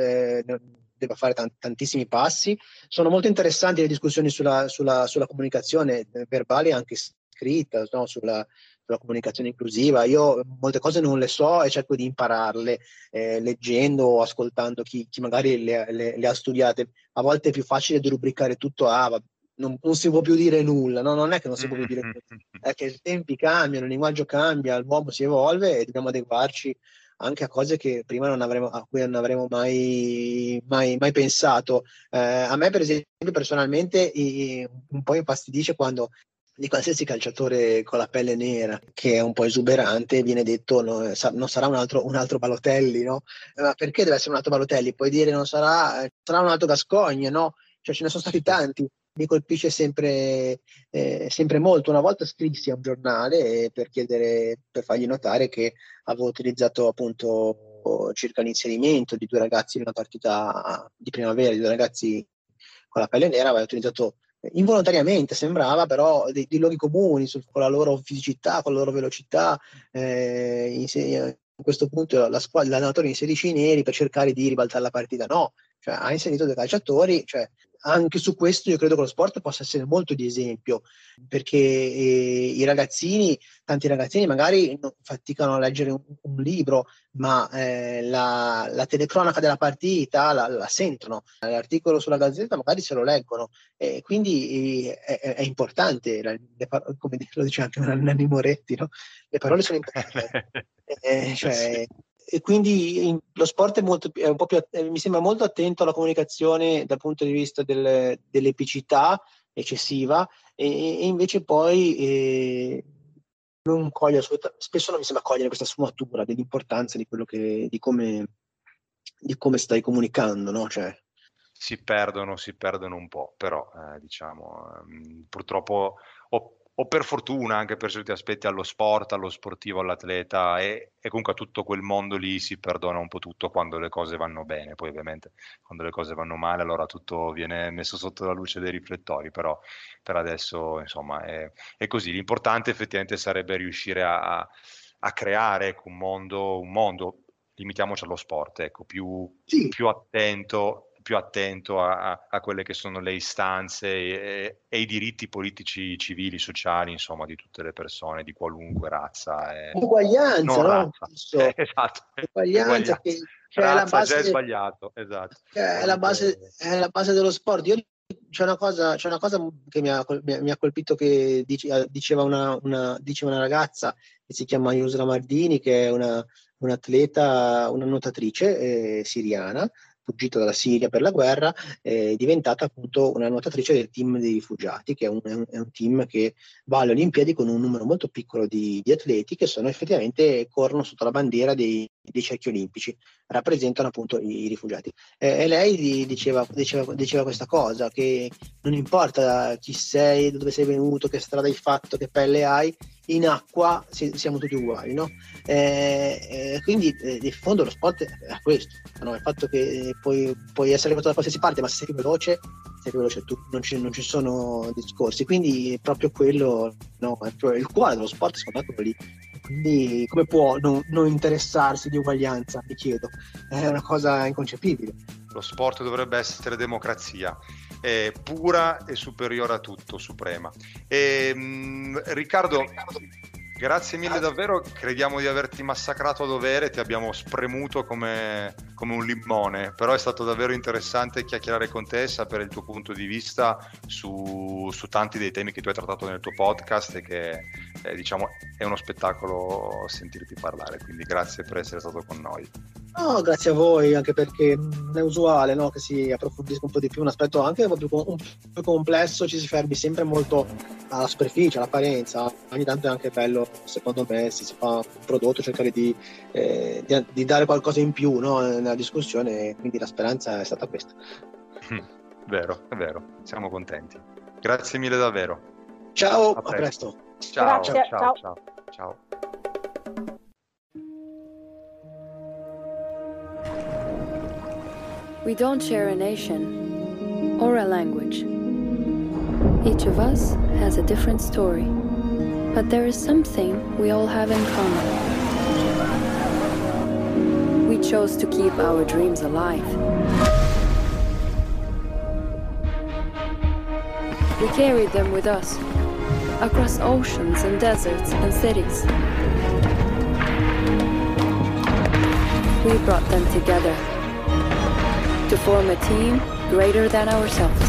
debba fare tantissimi passi. Sono molto interessanti le discussioni sulla comunicazione verbale e anche scritta, no? Sulla comunicazione inclusiva. Io molte cose non le so e cerco di impararle leggendo o ascoltando chi magari le ha studiate. A volte è più facile derubricare tutto a non si può più dire nulla, no? Non è che non si può più dire nulla, è che i tempi cambiano, il linguaggio cambia, l'uomo si evolve e dobbiamo adeguarci anche a cose che prima a cui non avremmo mai pensato. A me, per esempio, personalmente un po' infastidisce quando di qualsiasi calciatore con la pelle nera che è un po' esuberante viene detto non sarà un altro Balotelli, no? Ma perché deve essere un altro Balotelli? Puoi dire non sarà un altro Gascoigne, no? Cioè ce ne sono stati tanti. Mi colpisce sempre molto. Una volta scrissi a un giornale per fargli notare che avevo utilizzato appunto circa l'inserimento di due ragazzi in una partita di primavera, di due ragazzi con la pelle nera aveva utilizzato involontariamente, sembrava, però dei luoghi comuni con la loro fisicità, con la loro velocità. A questo punto l'allenatore inserisce i neri per cercare di ribaltare la partita. No, cioè, ha inserito dei calciatori, cioè, anche su questo io credo che lo sport possa essere molto di esempio, perché tanti ragazzini magari faticano a leggere un libro, ma la telecronaca della partita la sentono, l'articolo sulla Gazzetta magari se lo leggono, quindi è importante, come lo dice anche Nanni Moretti, no? Le parole sono importanti. Sì. E quindi lo sport è un po' più, mi sembra molto attento alla comunicazione dal punto di vista dell'epicità eccessiva, e invece poi non coglie spesso non mi sembra cogliere questa sfumatura dell'importanza di quello di come stai comunicando, no? Cioè, Si perdono un po', però diciamo, purtroppo o per fortuna anche per certi aspetti allo sport, allo sportivo, all'atleta e comunque a tutto quel mondo lì si perdona un po' tutto quando le cose vanno bene, poi ovviamente quando le cose vanno male allora tutto viene messo sotto la luce dei riflettori, però per adesso insomma è così. L'importante effettivamente sarebbe riuscire a creare ecco, un mondo, limitiamoci allo sport, ecco, sì. più attento a quelle che sono le istanze e i diritti politici, civili, sociali, insomma, di tutte le persone, di qualunque razza. Uguaglianza, Non no? razza, Questo, esatto. uguaglianza che cioè, è la Razza già è base, sbagliato, esatto. è la base dello sport. C'è una cosa che mi ha colpito che diceva una ragazza che si chiama Yusra Mardini, che è un'atleta, una nuotatrice siriana, fuggita dalla Siria per la guerra, è diventata appunto una nuotatrice del team dei rifugiati, che è un team che va alle Olimpiadi con un numero molto piccolo di atleti che corrono sotto la bandiera dei cerchi olimpici, rappresentano appunto i rifugiati. E lei diceva questa cosa, che non importa chi sei, da dove sei venuto, che strada hai fatto, che pelle hai, in acqua siamo tutti uguali, no? Quindi in fondo lo sport è questo, no? Il fatto che puoi essere arrivato da qualsiasi parte, ma se sei più veloce tu, non ci sono discorsi, quindi è proprio quello, no? È proprio il cuore dello sport, secondo me, è quello lì. Quindi come può non interessarsi di uguaglianza, mi chiedo, è una cosa inconcepibile. Lo sport dovrebbe essere democrazia, pura e superiore a tutto, suprema. Riccardo, grazie mille davvero, crediamo di averti massacrato a dovere, ti abbiamo spremuto come un limone, però è stato davvero interessante chiacchierare con te e sapere il tuo punto di vista su tanti dei temi che tu hai trattato nel tuo podcast e che diciamo è uno spettacolo sentirti parlare, quindi grazie per essere stato con noi. No, grazie a voi, anche perché non è usuale, no, che si approfondisca un po' di più un aspetto anche un po' più complesso, ci si fermi sempre molto alla superficie, all'apparenza. Ogni tanto è anche bello, secondo me, se si fa un prodotto, cercare di dare qualcosa in più, no, nella discussione, quindi la speranza è stata questa. Vero, è vero, siamo contenti. Grazie mille davvero. Ciao, a presto. Ciao, Grazie, ciao. We don't share a nation or a language. Each of us has a different story, but there is something we all have in common. We chose to keep our dreams alive. We carried them with us, across oceans and deserts and cities. We brought them together to form a team greater than ourselves.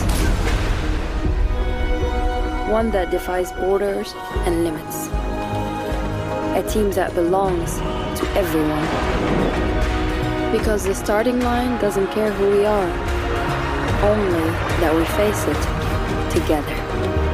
One that defies borders and limits. A team that belongs to everyone. Because the starting line doesn't care who we are, only that we face it together.